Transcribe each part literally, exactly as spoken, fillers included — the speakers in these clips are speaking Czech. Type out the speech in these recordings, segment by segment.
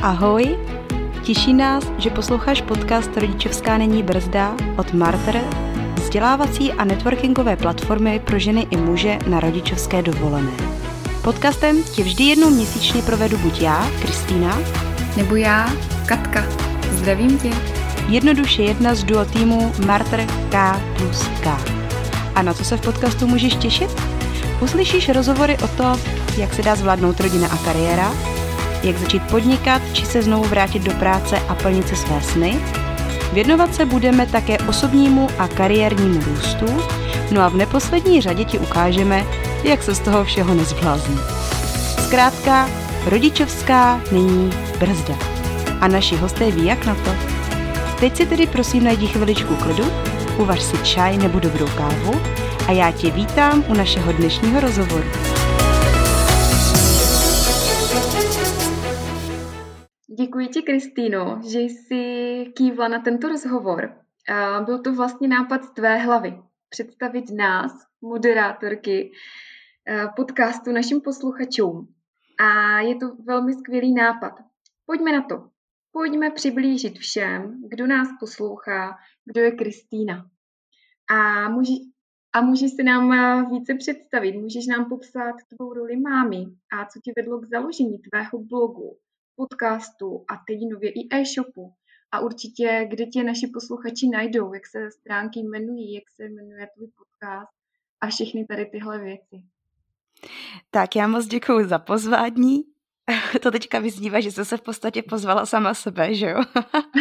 Ahoj, těší nás, že posloucháš podcast Rodičovská není brzda od Marter, vzdělávací a networkingové platformy pro ženy i muže na rodičovské dovolené. Podcastem tě vždy jednou měsíčně provedu buď já, Kristýna, nebo já, Katka. Zdravím tě. Jednoduše jedna z duo týmu Marter K plus K. A na co se v podcastu můžeš těšit? Uslyšíš rozhovory o to, jak se dá zvládnout rodina a kariéra, jak začít podnikat či se znovu vrátit do práce a plnit si své sny. Věnovat se budeme také osobnímu a kariérnímu růstu, no a v neposlední řadě ti ukážeme, jak se z toho všeho nezblázní. Zkrátka, rodičovská není brzda. A naši hosté ví, jak na to. Teď si tedy prosím najdi chviličku klidu, uvař si čaj nebo dobrou kávu a já tě vítám u našeho dnešního rozhovoru. Děkuji ti, Kristýno, že jsi kývla na tento rozhovor. Byl to vlastně nápad z tvé hlavy. Představit nás, moderátorky podcastu našim posluchačům. A je to velmi skvělý nápad. Pojďme na to. Pojďme přiblížit všem, kdo nás poslouchá, kdo je Kristýna. A, může, a můžeš se nám více představit, můžeš nám popsat tvou roli mámy a co tě vedlo k založení tvého blogu, podcastu a teď nově i e-shopu. A určitě, kde tě naši posluchači najdou, jak se stránky jmenují, jak se jmenuje tvůj podcast a všechny tady tyhle věci. Tak já moc děkuju za pozvání. To teďka vyznívá, že jsi se v podstatě pozvala sama sebe, že jo?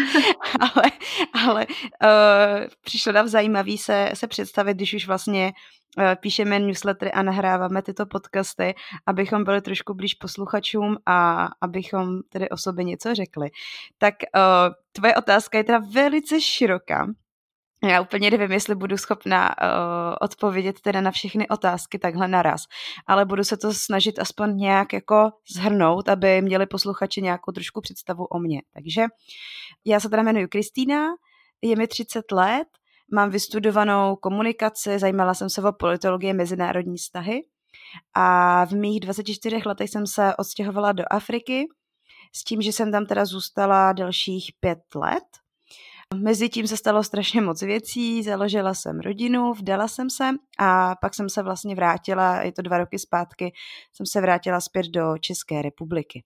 ale ale uh, přišlo nám zajímavý se, se představit, když už vlastně uh, píšeme newslettery a nahráváme tyto podcasty, abychom byli trošku blíž posluchačům a abychom tedy o sobě něco řekli. Tak uh, tvoje otázka je teda velice široká. Já úplně nevím, jestli budu schopna uh, odpovědět teda na všechny otázky takhle naraz, ale budu se to snažit aspoň nějak jako shrnout, aby měli posluchači nějakou trošku představu o mně. Takže já se teda jmenuji Kristýna, je mi třicet let, mám vystudovanou komunikaci, zajímala jsem se o politologii mezinárodní vztahy a v mých dvaceti čtyřech letech jsem se odstěhovala do Afriky s tím, že jsem tam teda zůstala dalších pět let. Mezitím se stalo strašně moc věcí, založila jsem rodinu, vdala jsem se a pak jsem se vlastně vrátila, je to dva roky zpátky, jsem se vrátila zpět do České republiky.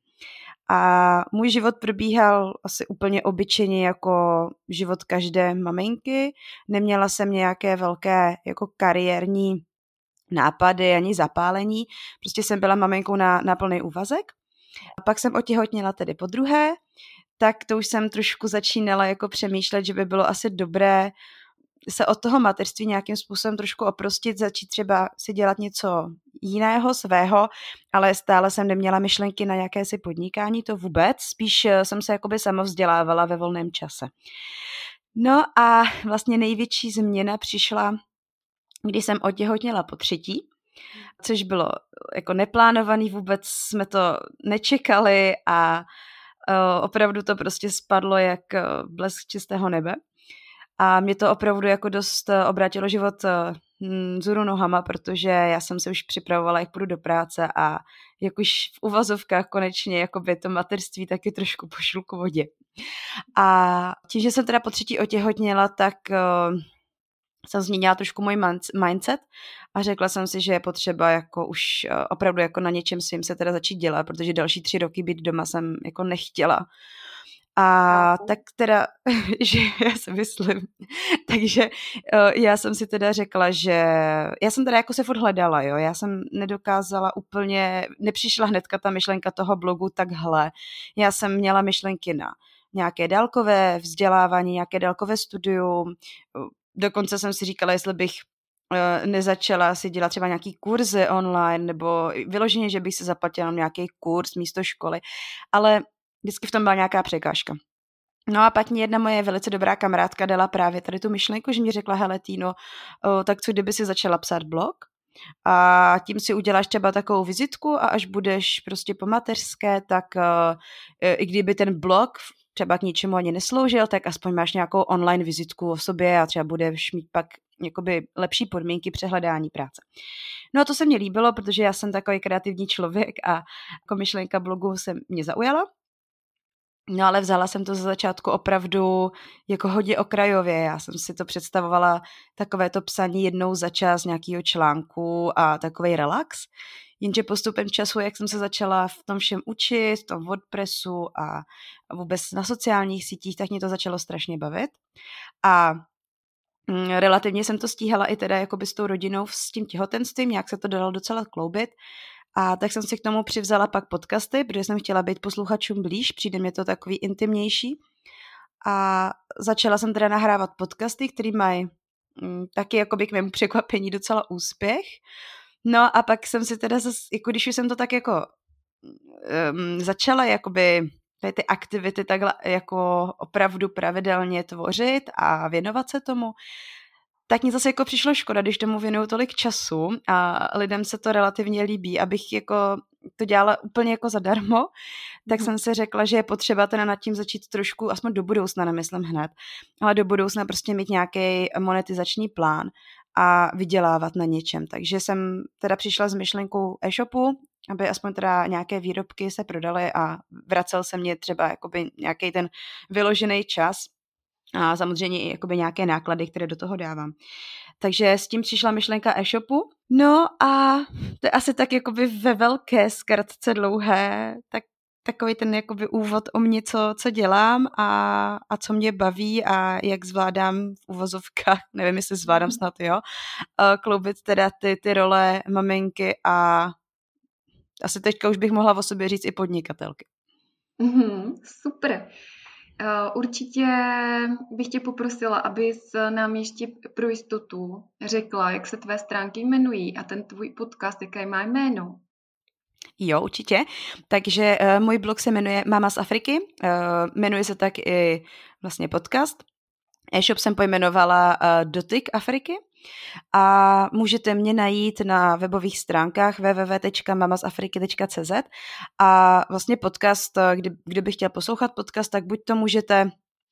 A můj život probíhal asi úplně obyčejně jako život každé maminky. Neměla jsem nějaké velké jako kariérní nápady ani zapálení, prostě jsem byla maminkou na, na plný úvazek. A pak jsem otěhotněla tedy podruhé, tak to už jsem trošku začínala jako přemýšlet, že by bylo asi dobré se od toho mateřství nějakým způsobem trošku oprostit, začít třeba si dělat něco jiného, svého, ale stále jsem neměla myšlenky na jakési podnikání, to vůbec, spíš jsem se jakoby samovzdělávala ve volném čase. No a vlastně největší změna přišla, když jsem otěhotněla po třetí, což bylo jako neplánovaný, vůbec jsme to nečekali a Uh, opravdu to prostě spadlo jak uh, blesk čistého nebe a mě to opravdu jako dost uh, obrátilo život uh, vzhůru nohama, protože já jsem se už připravovala, jak půjdu do práce a jak už v uvazovkách konečně jakoby to mateřství taky trošku pošlu k vodě. A tím, že jsem teda po třetí otěhotněla, tak uh, jsem změnila trošku můj mindset a řekla jsem si, že je potřeba jako už opravdu jako na něčem svým se teda začít dělat, protože další tři roky být doma jsem jako nechtěla. A tak teda, že já si myslím, takže já jsem si teda řekla, že já jsem teda jako se furt hledala, jo, já jsem nedokázala úplně, nepřišla hnedka ta myšlenka toho blogu takhle, já jsem měla myšlenky na nějaké dálkové vzdělávání, nějaké dálkové studium. Dokonce jsem si říkala, jestli bych nezačala si dělat třeba nějaký kurzy online nebo vyloženě, že bych si zaplatila nějaký kurz místo školy, ale vždycky v tom byla nějaká překážka. No a pak mě jedna moje velice dobrá kamarádka dala právě tady tu myšlenku, že mi řekla, hele Týno, tak co kdyby si začala psát blog a tím si uděláš třeba takovou vizitku a až budeš prostě po mateřské, tak i kdyby ten blog třeba k ničemu ani nesloužil, tak aspoň máš nějakou online vizitku o sobě a třeba budeš mít pak jakoby lepší podmínky přehledání práce. No a to se mně líbilo, protože já jsem takový kreativní člověk a jako myšlenka blogu se mě zaujala. No ale vzala jsem to za začátku opravdu jako hodně okrajově. Já jsem si to představovala takové to psaní jednou za čas nějakého článku a takovej relax. Jenže postupem času, jak jsem se začala v tom všem učit, v tom WordPressu a vůbec na sociálních sítích, tak mě to začalo strašně bavit. A mm, relativně jsem to stíhala i teda jakoby s tou rodinou, s tím těhotenstvím, nějak se to dalo docela kloubit. A tak jsem si k tomu přivzala pak podcasty, protože jsem chtěla být posluchačům blíž, přijde mi to takový intimnější. A začala jsem teda nahrávat podcasty, který mají mm, taky jakoby k mému překvapení docela úspěch. No a pak jsem si teda zase, jako když už jsem to tak jako um, začala jakoby tady ty aktivity takhle jako opravdu pravidelně tvořit a věnovat se tomu, tak mě zase jako přišlo škoda, když tomu věnuju tolik času a lidem se to relativně líbí, abych jako to dělala úplně jako zadarmo, tak mm. jsem si řekla, že je potřeba teda nad tím začít trošku, aspoň do budoucna, nemyslím hned, ale do budoucna prostě mít nějaký monetizační plán a vydělávat na něčem. Takže jsem teda přišla s myšlenkou e-shopu, aby aspoň teda nějaké výrobky se prodaly a vracel se mě třeba jakoby nějaký ten vyložený čas a samozřejmě i jakoby nějaké náklady, které do toho dávám. Takže s tím přišla myšlenka e-shopu. No a to je asi tak jakoby ve velké zkratce dlouhé, tak takový ten jakoby úvod o mě, co, co dělám a, a co mě baví a jak zvládám v uvozovkách, nevím, jestli zvládám snad, jo, kloubit teda ty, ty role maminky a asi teďka už bych mohla o sobě říct i podnikatelky. Mm, super. Určitě bych tě poprosila, abys nám ještě pro jistotu řekla, jak se tvé stránky jmenují a ten tvůj podcast, jaké má jméno. Jo, určitě. Takže uh, můj blog se jmenuje Mama z Afriky, uh, jmenuje se tak i vlastně podcast. E-shop jsem pojmenovala uh, Dotyk Afriky a můžete mě najít na webových stránkách w w w tečka mama z afriky tečka c z a vlastně podcast, kdy, kdo by chtěl poslouchat podcast, tak buď to můžete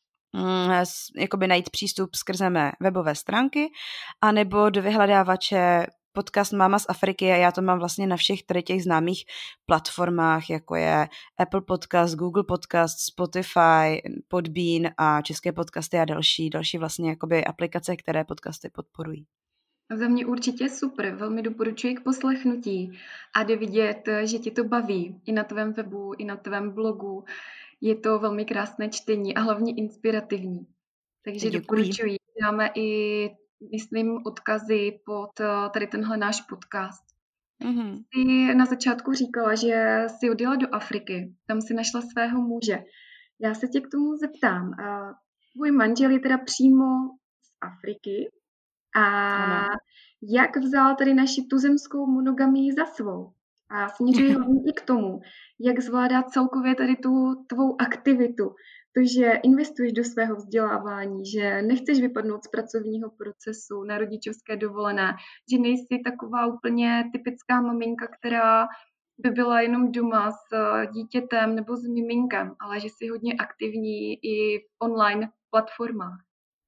mm, jakoby najít přístup skrze mé webové stránky, anebo do vyhledávače podcast Mama z Afriky a já to mám vlastně na všech tady těch známých platformách, jako je Apple Podcast, Google Podcast, Spotify, Podbean a České podcasty a další, další vlastně jakoby aplikace, které podcasty podporují. Za mě určitě super, velmi doporučuji k poslechnutí a jde vidět, že tě to baví i na tvém webu, i na tvém blogu. Je to velmi krásné čtení a hlavně inspirativní. Takže Děkuji. Doporučuji. Dáme i, myslím, odkazy pod tady tenhle náš podcast. Mm-hmm. Ty na začátku říkala, že jsi odjela do Afriky, tam si našla svého muže. Já se tě k tomu zeptám. Tvůj manžel je teda přímo z Afriky a ano. Jak vzal tady naši tuzemskou monogamii za svou? A směřuji hlavně i k tomu, jak zvládá celkově tady tu tvou aktivitu, to, že investuješ do svého vzdělávání, že nechceš vypadnout z pracovního procesu na rodičovské dovolené, že nejsi taková úplně typická maminka, která by byla jenom doma s dítětem nebo s miminkem, ale že jsi hodně aktivní i v online platformách.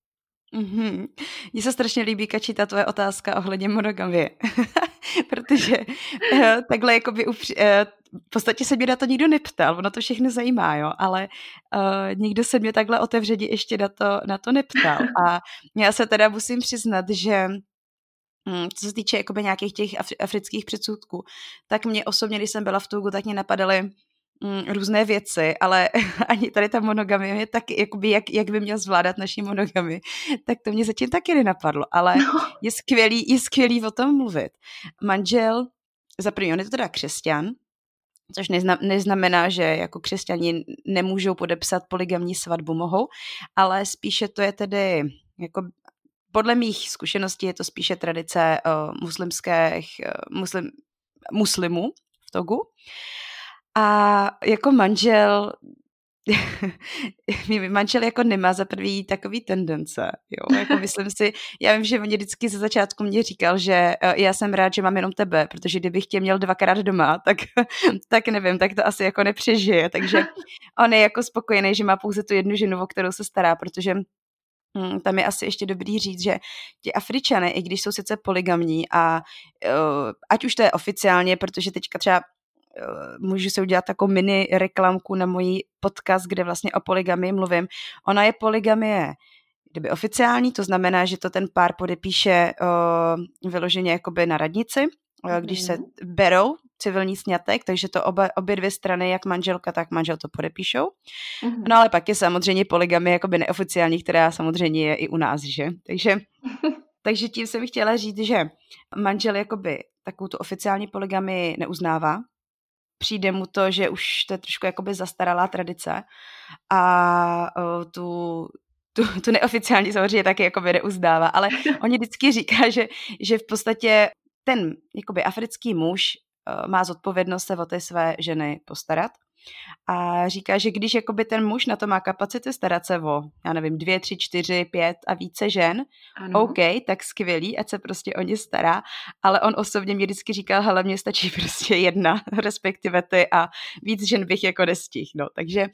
Mm-hmm. Mně se strašně líbí, Kači, ta tvoje otázka ohledně monogamie, protože uh, takhle jakoby upři- uh, v podstatě se mě na to nikdo neptal, ono to všechno zajímá, jo, ale uh, nikdo se mě takhle otevřeně ještě na to, na to neptal a já se teda musím přiznat, že mm, co se týče jakoby nějakých těch afri- afrických předsudků, tak mě osobně, když jsem byla v Togu, tak mě napadaly Mm, různé věci, ale ani tady ta monogamie je taky, jakoby jak, jak by měl zvládat naší monogamii, tak to mě zatím taky nenapadlo, ale no. je, skvělý, je skvělý o tom mluvit. Manžel, za první, on je to teda křesťan, což nezna, neznamená, že jako křesťani nemůžou podepsat polygamní svatbu, mohou, ale spíše to je tedy, jako podle mých zkušeností je to spíše tradice uh, muslimských, uh, muslim, muslimů v Togu. A jako manžel, manžel jako nemá za prvý takový tendence, jo, jako myslím si, já vím, že on vždycky ze začátku mě říkal, že já jsem rád, že mám jenom tebe, protože kdybych tě měl dvakrát doma, tak, tak nevím, tak to asi jako nepřežije, takže on je jako spokojený, že má pouze tu jednu ženu, o kterou se stará, protože Hmm, tam je asi ještě dobrý říct, že ti Afričané, i když jsou sice polygamní a uh, ať už to je oficiálně, protože teďka třeba můžu si udělat takovou mini reklamku na můj podcast, kde vlastně o polygamii mluvím. Ona je polygamie kdyby oficiální, to znamená, že to ten pár podepíše uh, vyloženě jakoby na radnici, uh, když se berou civilní sňatek, takže to oba, obě dvě strany, jak manželka, tak manžel to podepíšou. Mm-hmm. No ale pak je samozřejmě polygamie jakoby neoficiální, která samozřejmě je i u nás, že? Takže, takže tím jsem chtěla říct, že manžel jakoby takovou tu oficiální polygamii neuznává. Přijde mu to, že už to je trošku jakoby zastaralá tradice a uh, tu Tu, tu neoficiální samozřejmě taky jakoby neuzdává, ale oni vždycky říká, že, že v podstatě ten jakoby africký muž uh, má zodpovědnost se o té své ženy postarat a říká, že když jakoby ten muž na to má kapacity starat se o, já nevím, dvě, tři, čtyři, pět a více žen, ano. OK, tak skvělý, ať se prostě o ně stará, ale on osobně mě vždycky říkal, hele, mně stačí prostě jedna, respektive ty a víc žen bych jako nestihl, no, takže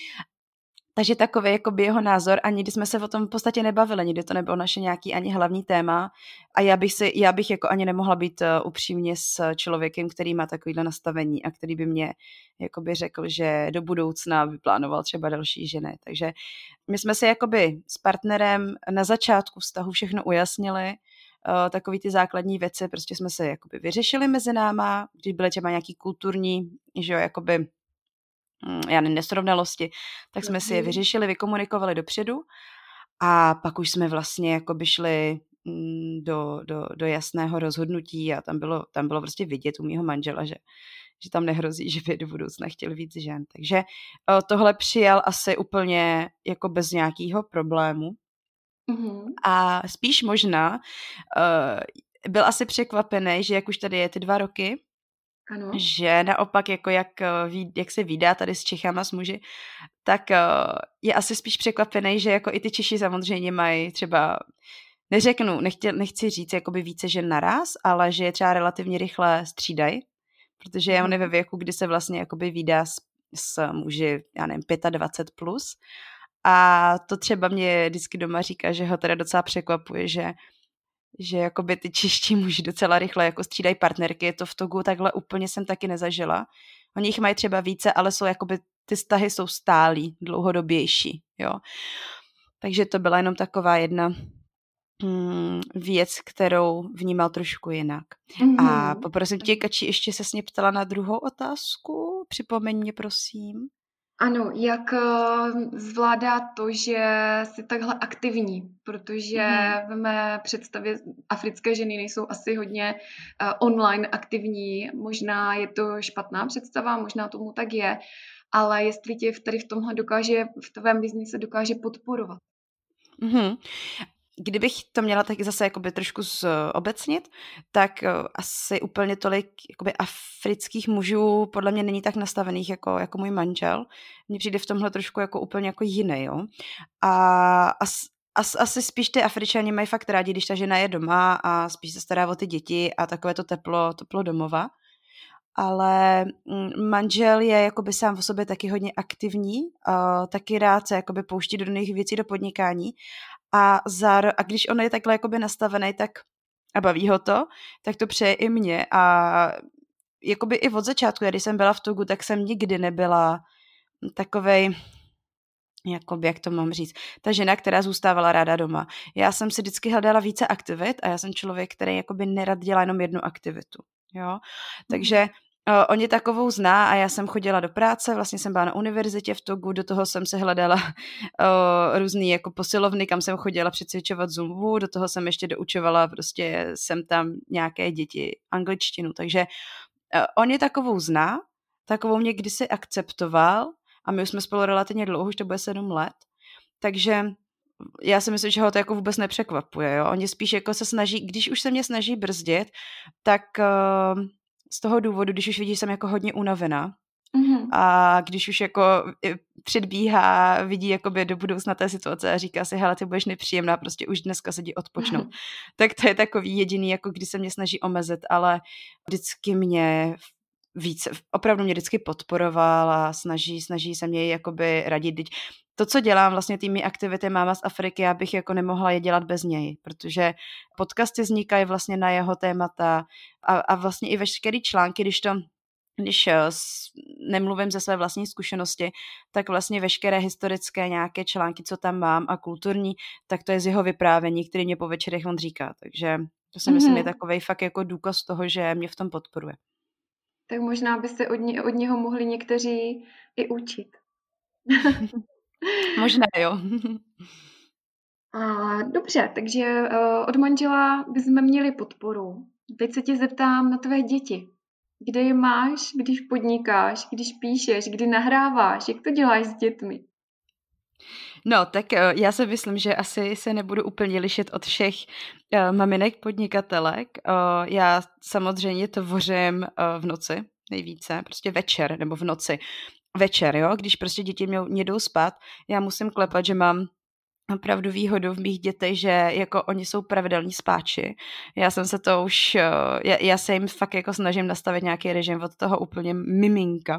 Takže takový jakoby jeho názor a nikdy jsme se o tom v podstatě nebavili, nikdy to nebylo naše nějaký ani hlavní téma a já bych, si, já bych jako ani nemohla být uh, upřímně s člověkem, který má takovýhle nastavení a který by mě jakoby řekl, že do budoucna by plánoval třeba další ženy. Takže my jsme si jakoby s partnerem na začátku vztahu všechno ujasnili, uh, takový ty základní věci, prostě jsme se jakoby vyřešili mezi náma, když byly třeba nějaký kulturní, že jo, jakoby já nevím, nesrovnalosti, tak jsme si je vyřešili, vykomunikovali dopředu a pak už jsme vlastně jakoby šli do, do, do jasného rozhodnutí a tam bylo, tam bylo prostě vidět u mýho manžela, že, že tam nehrozí, že by do budoucna chtěl víc žen. Takže tohle přijal asi úplně jako bez nějakého problému. Mm-hmm. A spíš možná uh, byl asi překvapený, že jak už tady je ty dva roky, ano. Že naopak, jako jak, jak se vídá tady s Čechama, s muži, tak je asi spíš překvapený, že jako i ty Češi samozřejmě mají třeba, neřeknu, nechtěl, nechci říct jakoby více žen naraz, ale že je třeba relativně rychle střídají, protože mm. on je ve věku, kdy se vlastně jakoby vídá s, s muži, já nevím, dvacet pět plus a to třeba mě vždycky doma říká, že ho teda docela překvapuje, že že jakoby ty čeští muži docela rychle jako střídají partnerky, to v Togu takhle úplně jsem taky nezažila. Oni jich mají třeba více, ale jsou jakoby, ty vztahy jsou stálí, dlouhodobější, jo. Takže to byla jenom taková jedna hmm, věc, kterou vnímal trošku jinak. Mm-hmm. A poprosím tě, Kači, ještě se s mě ptala na druhou otázku, připomeň mě, prosím. Ano, jak zvládá to, že jsi takhle aktivní, protože mm. v mé představě africké ženy nejsou asi hodně uh, online aktivní, možná je to špatná představa, možná tomu tak je, ale jestli tě tady v tomhle dokáže, v tvém biznise dokáže podporovat. Mm. Kdybych to měla tak zase jakoby trošku zobecnit, tak asi úplně tolik jakoby afrických mužů podle mě není tak nastavených jako, jako můj manžel. Mně přijde v tomhle trošku jako úplně jako jiný, jo. A as, as, asi spíš ty Afričani mají fakt rádi, když ta žena je doma a spíš se stará o ty děti a takové to teplo, teplo domova. Ale manžel je jakoby sám o sobě taky hodně aktivní, uh, taky rád se jakoby pouští do jiných věcí, do podnikání a, záro- a když on je takhle jakoby nastavený tak a baví ho to, tak to přeje i mě a jakoby i od začátku, já když jsem byla v Togu, tak jsem nikdy nebyla takovej, jakoby, jak to mám říct, ta žena, která zůstávala ráda doma. Já jsem si vždycky hledala více aktivit a já jsem člověk, který jakoby nerad dělá jenom jednu aktivitu. Jo? Takže Uh, on je takovou zná a já jsem chodila do práce, vlastně jsem byla na univerzitě v Togu, do toho jsem se hledala uh, různý jako posilovny, kam jsem chodila přecvičovat zumbu, do toho jsem ještě doučovala, prostě jsem tam nějaké děti angličtinu, takže uh, on je takovou zná, takovou mě kdysi akceptoval a my už jsme spolu relativně dlouho, už to bude sedm let, takže já si myslím, že ho to jako vůbec nepřekvapuje, jo? Oni spíš jako se snaží, když už se mě snaží brzdit, tak uh, z toho důvodu, když už vidí, že jsem jako hodně unavená mm-hmm. a když už jako předbíhá, vidí jakoby do budoucna té situace a říká si, hele, ty budeš nepříjemná, prostě už dneska se jdi odpočnout. Mm-hmm. Tak to je takový jediný, jako kdy se mě snaží omezit, ale vždycky mě více, opravdu mě vždycky podporoval a snaží, snaží se mě jakoby radit. To, co dělám, vlastně tými aktivity Máma z Afriky, já bych jako nemohla je dělat bez něj, protože podcasty vznikají vlastně na jeho témata a, a vlastně i veškerý články, když to když uh, nemluvím ze své vlastní zkušenosti, tak vlastně veškeré historické nějaké články, co tam mám a kulturní, tak to je z jeho vyprávění, který mě po večerech on říká. Takže to si myslím je Mhm. takovej fakt jako důkaz toho, že mě v tom podporuje. Tak možná by se od, ně, od něho mohli někteří i učit. Možná jo. A, dobře, takže uh, od manžela bychom měli podporu. Teď se tě zeptám na tvé děti. Kde je máš, když podnikáš, když píšeš, kdy nahráváš? Jak to děláš s dětmi? No, tak uh, já si myslím, že asi se nebudu úplně lišit od všech uh, maminek podnikatelek. Uh, já samozřejmě tvořím uh, v noci nejvíce, prostě večer nebo v noci. Večer, jo, když prostě děti mě, mě jdou spát, já musím klepat, že mám opravdu výhodu v mých dětech, že jako oni jsou pravidelní spáči. Já jsem se to už, já, já se jim fakt jako snažím nastavit nějaký režim od toho úplně miminka.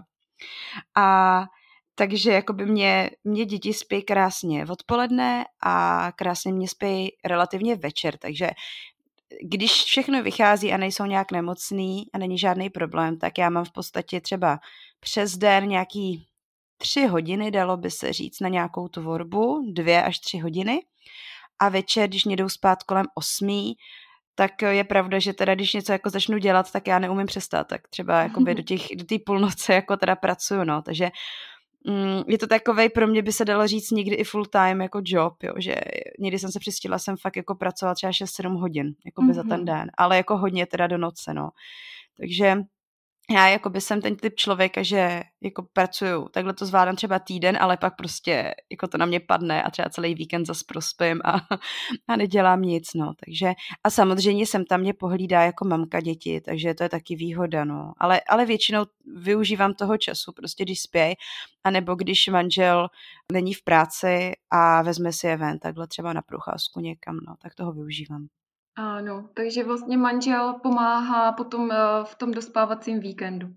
A takže jakoby mě, mě děti spí krásně odpoledne a krásně mě spí relativně večer, takže když všechno vychází a nejsou nějak nemocný a není žádný problém, tak já mám v podstatě třeba přes den nějaký tři hodiny, dalo by se říct, na nějakou tvorbu, dvě až tři hodiny. A večer, když mě jdou spát kolem osmí, tak je pravda, že teda když něco jako začnu dělat, tak já neumím přestat, tak třeba jakoby do těch, do té půlnoci jako teda pracuju, no, takže mm, je to takovej, pro mě by se dalo říct někdy i full time jako job, jo, že někdy jsem se přistihla, jsem fakt jako pracovala třeba šest sedm hodin, jako by za ten den, ale jako hodně teda do noci, no, takže já jakoby jsem ten typ člověka, že jako pracuju, takhle to zvládám třeba týden, ale pak prostě jako to na mě padne a třeba celý víkend zas prospím a, a nedělám nic, no, takže a samozřejmě jsem tam mě pohlídá jako mamka děti, takže to je taky výhoda, no, ale, ale většinou využívám toho času, prostě když spěj, anebo když manžel není v práci a vezme si je ven, takhle třeba na procházku někam, no, tak toho využívám. Ano, takže vlastně manžel pomáhá potom v tom dospávacím víkendu.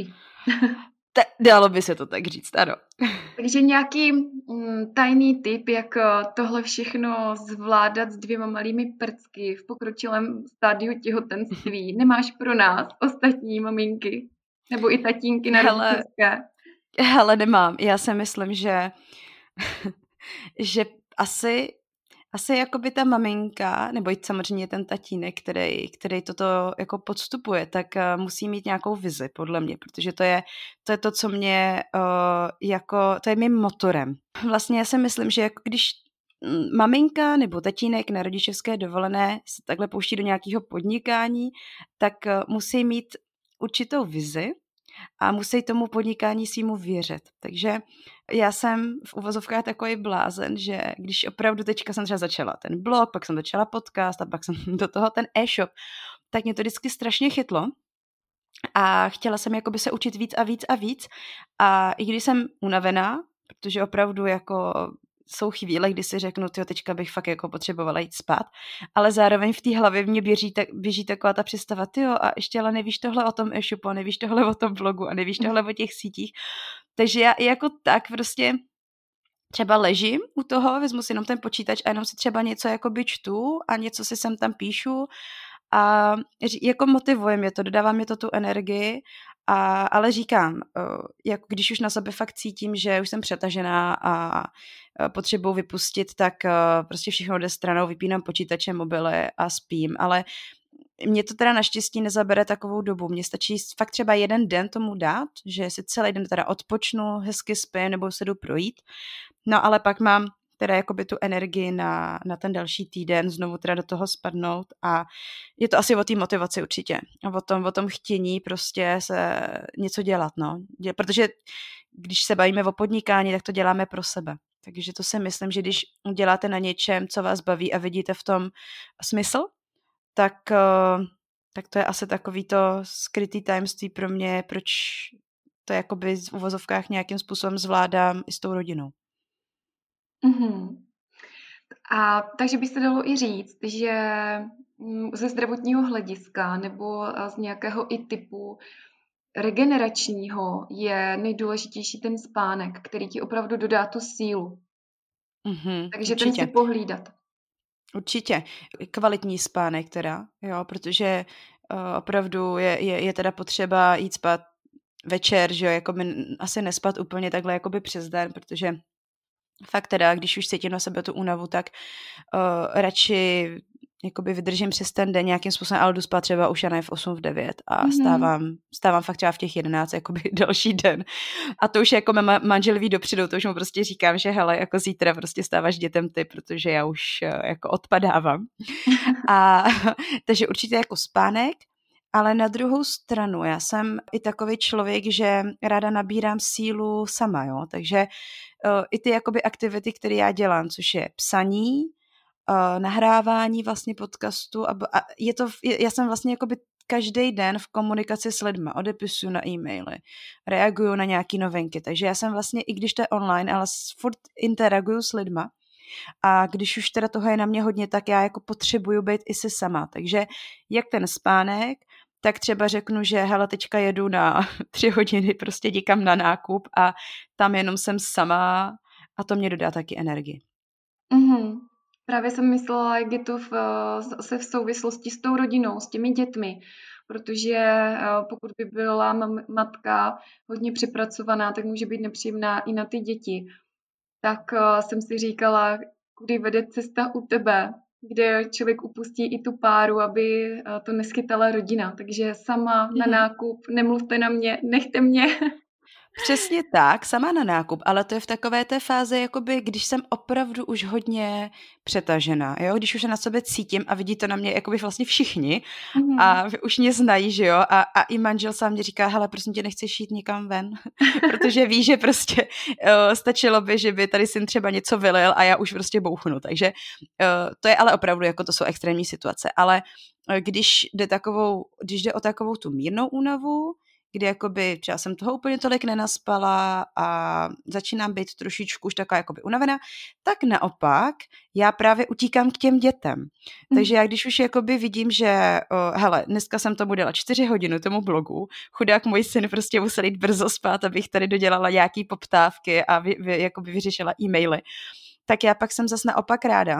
Te, dalo by se to tak říct, ano. Takže nějaký mm, tajný tip, jak tohle všechno zvládat s dvěma malými prcky v pokročilém stádiu těhotenství, nemáš pro nás, ostatní maminky? Nebo i tatínky na rodičovské? Hele, nemám. Já si myslím, že, že asi, asi jakoby ta maminka, nebo i samozřejmě ten tatínek, který, který toto jako podstupuje, tak uh, musí mít nějakou vizi, podle mě, protože to je to, je to co mě uh, jako, to je mým motorem. Vlastně já si myslím, že jako když maminka nebo tatínek na rodičovské dovolené se takhle pouští do nějakého podnikání, tak uh, musí mít určitou vizi a musí tomu podnikání svýmu věřit. Takže já jsem v uvozovkách takový blázen, že když opravdu teďka jsem třeba začala ten blog, pak jsem začala podcast a pak jsem do toho ten e-shop, tak mě to vždycky strašně chytlo a chtěla jsem jakoby se učit víc a víc a víc a i když jsem unavená, protože opravdu jako jsou chvíle, kdy si řeknu, tyjo, teďka bych fakt jako potřebovala jít spát, ale zároveň v té hlavě mě běží, tak, běží taková ta představa, tyjo, a ještě ale nevíš tohle o tom e-shopu, a nevíš tohle o tom blogu, a nevíš tohle o těch sítích. Takže já i jako tak prostě třeba ležím u toho, vezmu si jenom ten počítač a jenom si třeba něco jakoby čtu a něco si sem tam píšu a jako motivuje mě to, dodává mě to tu energii, a, ale říkám, jako když už na sebe fakt cítím, že už jsem přetažená a potřebuji vypustit, tak prostě všechno jde stranou, vypínám počítače, mobily a spím, ale mě to teda naštěstí nezabere takovou dobu. Mně stačí fakt třeba jeden den tomu dát, že si celý den teda odpočnu, hezky spím nebo se jdu projít, no ale pak mám teda jakoby tu energii na, na ten další týden, znovu teda do toho spadnout a je to asi o té motivaci určitě. O tom, o tom chtění prostě se něco dělat, no. Protože když se bavíme o podnikání, tak to děláme pro sebe. Takže to si myslím, že když děláte na něčem, co vás baví a vidíte v tom smysl, tak, tak to je asi takový to skrytý tajemství pro mě, proč to jakoby v uvozovkách nějakým způsobem zvládám i s tou rodinou. Mm-hmm. A takže by se dalo i říct, že ze zdravotního hlediska nebo z nějakého i typu regeneračního je nejdůležitější ten spánek, který ti opravdu dodá tu sílu. Mm-hmm, takže určitě. ten si pohlídat. Určitě. Kvalitní spánek teda, jo, protože uh, opravdu je, je, je teda potřeba jít spát večer, že jo, jakoby asi nespat úplně takhle jakoby přes den, protože fakt teda, když už cítím na sebe tu únavu, tak uh, radši jakoby vydržím přes ten den nějakým způsobem, ale jdu spát třeba už já ne v osm, v devět a Mhm. stávám, stávám fakt třeba v těch jedenáct jakoby další den. A to už jako má manžel ví dopředu, to už mu prostě říkám, že hele, jako zítra prostě stáváš dětem ty, protože já už uh, jako odpadávám. A takže určitě jako spánek, ale na druhou stranu, já jsem i takový člověk, že ráda nabírám sílu sama, jo, takže uh, i ty jakoby aktivity, které já dělám, což je psaní, uh, nahrávání vlastně podcastu a, a je to, já jsem vlastně jakoby každý den v komunikaci s lidma, odepisuju na e-maily, reaguju na nějaký novinky, takže já jsem vlastně, i když to je online, ale furt interaguju s lidma. A když už teda toho je na mě hodně, tak já jako potřebuju být i si sama. Takže jak ten spánek, tak třeba řeknu, že hele, teďka jedu na tři hodiny prostě někam na nákup a tam jenom jsem sama a to mě dodá taky energii. Mhm. Právě jsem myslela, jak je to v, se v souvislosti s tou rodinou, s těmi dětmi, protože pokud by byla matka hodně přepracovaná, tak může být nepříjemná i na ty děti. Tak jsem si říkala, kudy vede cesta u tebe, kde člověk upustí i tu páru, aby to neschytala rodina. Takže sama na nákup, nemluvte na mě, nechte mě. Přesně tak, sama na nákup, ale to je v takové té fázi, jakoby, když jsem opravdu už hodně přetažená, jo? Když už se na sebe cítím a vidí to na mě jakoby vlastně všichni mm. a už mě znají, že jo, a, a i manžel sám mě říká, hele, prosím tě, nechceš jít nikam ven, protože ví, že prostě uh, stačilo by, že by tady syn třeba něco vylil a já už prostě bouchnu, takže uh, to je ale opravdu, jako to jsou extrémní situace, ale uh, když jde takovou, když jde o takovou tu mírnou únavu, kdy jakoby třeba jsem toho úplně tolik nenaspala a začínám být trošičku už taková jakoby unavená, tak naopak já právě utíkám k těm dětem. Mm. Takže já když už jakoby vidím, že o, hele, dneska jsem tomu dala čtyři hodiny tomu blogu, chudák můj syn prostě musel jít brzo spát, abych tady dodělala nějaký poptávky a vy, vy, jakoby vyřešila e-maily, tak já pak jsem zas naopak ráda,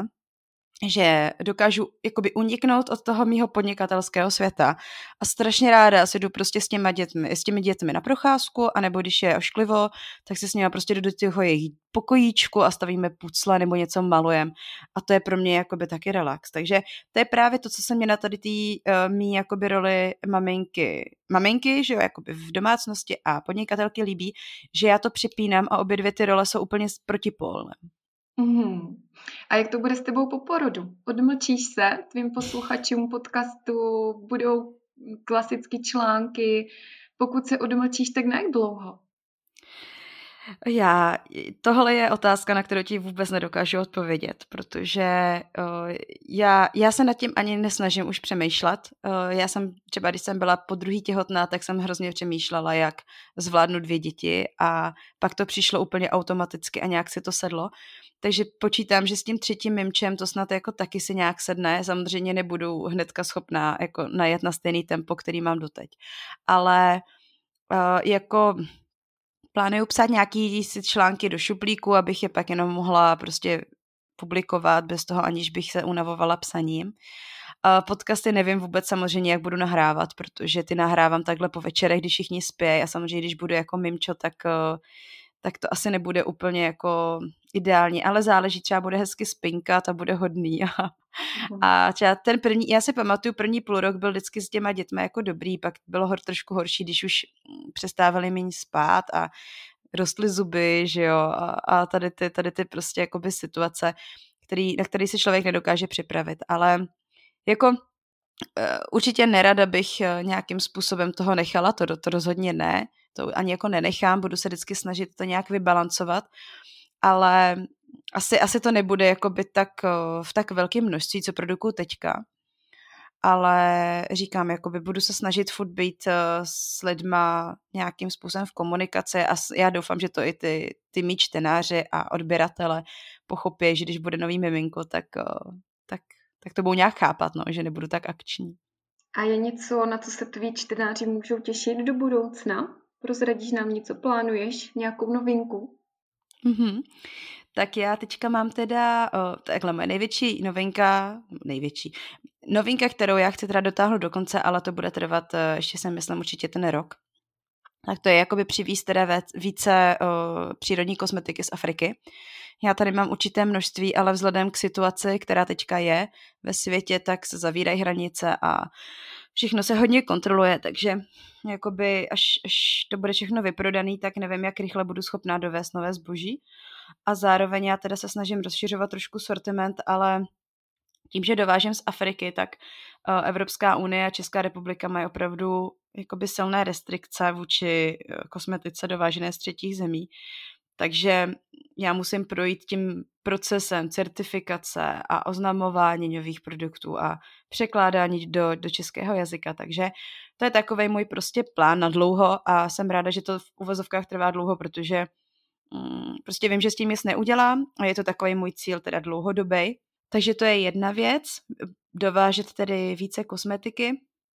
že dokážu jakoby uniknout od toho mýho podnikatelského světa a strašně ráda si jdu prostě s těma dětmi, s těmi dětmi na procházku, anebo když je ošklivo, tak se s nimi prostě jdu do toho jejich pokojíčku a stavíme pucle nebo něco malujem a to je pro mě jakoby taky relax. Takže to je právě to, co se mě na tady tý uh, mý jakoby roli maminky, maminky, že jo, jakoby v domácnosti a podnikatelky líbí, že já to připínám a obě dvě ty role jsou úplně protipólné. Mm. A jak to bude s tebou po porodu? Odmlčíš se? Tvým posluchačům podcastu budou klasické články. Pokud se odmlčíš, tak na jak dlouho? Já, tohle je otázka, na kterou ti vůbec nedokážu odpovědět, protože uh, já, já se nad tím ani nesnažím už přemýšlet. Uh, já jsem třeba, když jsem byla po druhý těhotná, tak jsem hrozně přemýšlela, jak zvládnu dvě děti a pak to přišlo úplně automaticky a nějak si to sedlo. Takže počítám, že s tím třetím mimčem to snad jako taky si nějak sedne. Samozřejmě nebudu hnedka schopná jako najet na stejný tempo, který mám doteď. Ale uh, jako... Plánuju psát nějaký si články do šuplíku, abych je pak jenom mohla prostě publikovat bez toho, aniž bych se unavovala psaním. Podcasty nevím vůbec samozřejmě, jak budu nahrávat, protože ty nahrávám takhle po večerech, když všichni spějí a samozřejmě, když budu jako mimčo, tak, tak to asi nebude úplně jako ideální, ale záleží, třeba bude hezky spinkat a bude hodný. A, a třeba ten první, já si pamatuju, první půl rok byl vždycky s těma dětmi jako dobrý, pak bylo hor, trošku horší, když už přestávali méně spát a rostly zuby, že jo, a, a tady ty, tady ty prostě jakoby situace, který, na který si člověk nedokáže připravit, ale jako určitě nerada bych nějakým způsobem toho nechala, to, to rozhodně ne, to ani jako nenechám, budu se vždycky snažit to nějak vybalancovat, ale asi, asi to nebude jakoby tak, v tak velkém množství, co produkuju teďka, ale říkám, jakoby budu se snažit furt být s lidma nějakým způsobem v komunikaci a já doufám, že to i ty, ty mý čtenáři a odběratele pochopí, že když bude nový miminko, tak, tak, tak to budou nějak chápat, no, že nebudu tak akční. A je něco, na co se tví čtenáři můžou těšit do budoucna? Prozradíš nám něco, plánuješ nějakou novinku? Mm-hmm. Tak já teďka mám teda, o, takhle moje největší novinka, největší, novinka, kterou já chci teda dotáhnout do konce, ale to bude trvat, ještě si myslím, určitě ten rok, tak to je jakoby přivízt teda více uh, přírodní kosmetiky z Afriky. Já tady mám určité množství, ale vzhledem k situaci, která teďka je ve světě, tak se zavírají hranice a všechno se hodně kontroluje, takže jakoby až, až to bude všechno vyprodaný, tak nevím, jak rychle budu schopná dovést nové zboží. A zároveň já teda se snažím rozšiřovat trošku sortiment, ale tím, že dovážím z Afriky, tak Evropská unie a Česká republika mají opravdu jakoby silné restrikce vůči kosmetice dovážené z třetích zemí. Takže já musím projít tím procesem certifikace a oznamování nových produktů a překládání do, do českého jazyka. Takže to je takovej můj prostě plán na dlouho a jsem ráda, že to v uvozovkách trvá dlouho, protože mm, prostě vím, že s tím nic neudělám a je to takový můj cíl, teda dlouhodobý. Takže to je jedna věc, dovážet tedy více kosmetiky.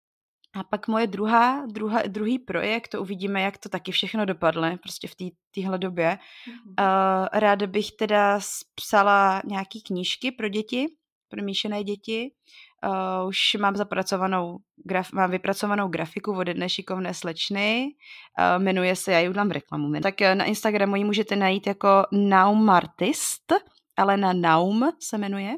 A pak moje druhá, druhá, druhý projekt, to uvidíme, jak to taky všechno dopadne, prostě v téhle době. Mm-hmm. Uh, ráda bych teda psala nějaký knížky pro děti, pro míšené děti. Uh, už mám zapracovanou, graf, mám vypracovanou grafiku od jedné šikovné slečny, uh, jmenuje se, já ji udělám reklamu. Tak uh, na Instagramu ji můžete najít jako Naumartist, ale na Naum se jmenuje.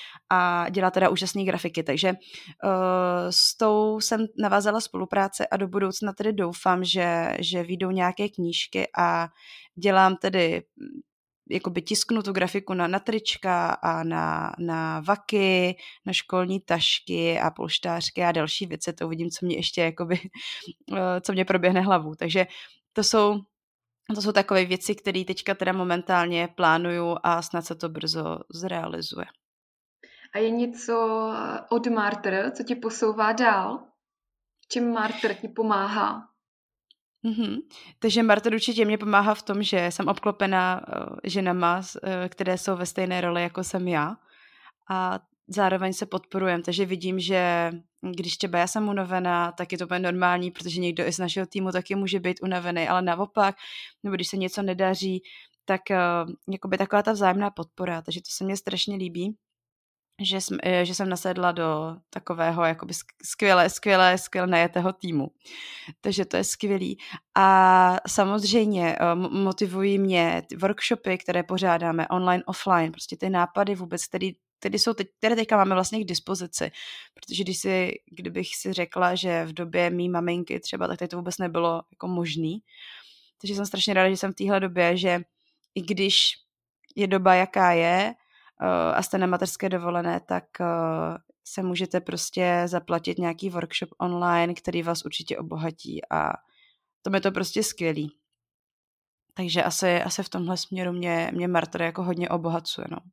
A dělá teda úžasné grafiky, takže uh, s tou jsem navázala spolupráce a do budoucna tedy doufám, že, že vyjdou nějaké knížky a dělám tedy, jakoby tisknu tu grafiku na, na trička a na, na vaky, na školní tašky a polštářky a další věci, to uvidím, co mě ještě jakoby, uh, co mě proběhne hlavou, takže to jsou To jsou takové věci, které teďka teda momentálně plánuju a snad se to brzo zrealizuje. A je něco od Martyr, co ti posouvá dál? V čem Martyr ti pomáhá? Mm-hmm. Takže Martyr určitě mě pomáhá v tom, že jsem obklopená uh, ženama, uh, které jsou ve stejné roli, jako jsem já. A zároveň se podporujeme, takže vidím, že když třeba já jsem unavená, tak je to úplně normální, protože někdo i z našeho týmu taky může být unavený, ale naopak, nebo když se něco nedaří, tak uh, jakoby taková ta vzájemná podpora, takže to se mně strašně líbí, že jsem, že jsem nasedla do takového jakoby skvěle, skvěle, skvěle najetého týmu. Takže to je skvělý. A samozřejmě uh, motivují mě ty workshopy, které pořádáme online, offline, prostě ty nápady vůbec, které Tedy jsou teď, které teďka máme vlastně k dispozici, protože když si, kdybych si řekla, že v době mý maminky třeba, tak tady to vůbec nebylo jako možný. Takže jsem strašně ráda, že jsem v téhle době, že i když je doba, jaká je uh, a jste na mateřské dovolené, tak uh, se můžete prostě zaplatit nějaký workshop online, který vás určitě obohatí a to je to prostě skvělý. Takže asi, asi v tomhle směru mě, mě Martyr jako hodně obohacuje, no.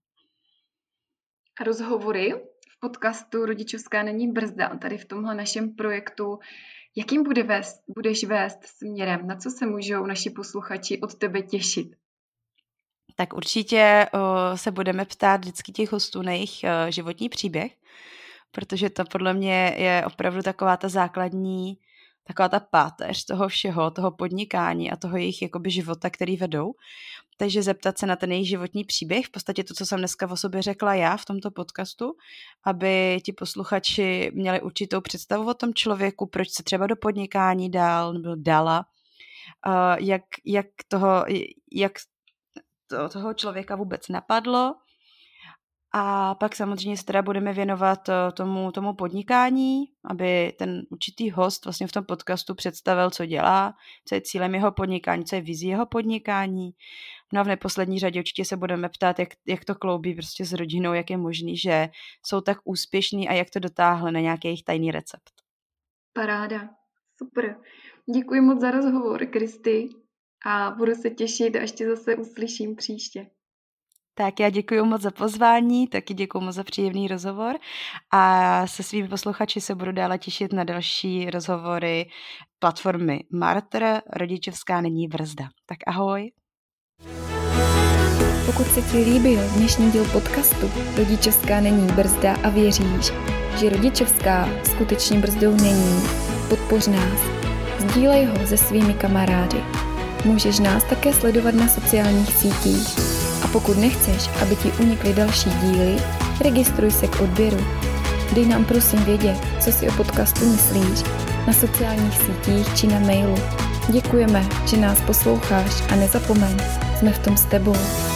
Rozhovory v podcastu Rodičovská není brzda, tady v tomhle našem projektu, jakým bude vést, budeš vést směrem, na co se můžou naši posluchači od tebe těšit? Tak určitě uh, se budeme ptát vždycky těch hostů na jejich uh, životní příběh, protože to podle mě je opravdu taková ta základní, taková ta páteř toho všeho, toho podnikání a toho jejich jakoby života, který vedou. Takže zeptat se na ten jejich životní příběh, v podstatě to, co jsem dneska o sobě řekla já v tomto podcastu, aby ti posluchači měli určitou představu o tom člověku, proč se třeba do podnikání dal nebo dala, uh, jak, jak, toho, jak to, toho člověka vůbec napadlo. A pak samozřejmě se teda budeme věnovat tomu, tomu podnikání, aby ten určitý host vlastně v tom podcastu představil, co dělá, co je cílem jeho podnikání, co je vizí jeho podnikání. No a v neposlední řadě určitě se budeme ptát, jak, jak to kloubí prostě s rodinou, jak je možný, že jsou tak úspěšní a jak to dotáhli na nějaký jejich tajný recept. Paráda, super. Děkuji moc za rozhovor, Kristy, a budu se těšit, až tě zase uslyším příště. Tak já děkuji moc za pozvání, taky děkuji moc za příjemný rozhovor a se svými posluchači se budu dále těšit na další rozhovory platformy Martyr, Rodičovská není brzda. Tak ahoj. Pokud se ti líbil dnešní díl podcastu Rodičovská není brzda a věříš, že rodičovská skutečně brzdou není, podpoř nás. Sdílej ho se svými kamarády. Můžeš nás také sledovat na sociálních sítích. A pokud nechceš, aby ti unikly další díly, registruj se k odběru. Dej nám prosím vědět, co si o podcastu myslíš, na sociálních sítích či na mailu. Děkujeme, že nás posloucháš a nezapomeň, jsme v tom s tebou.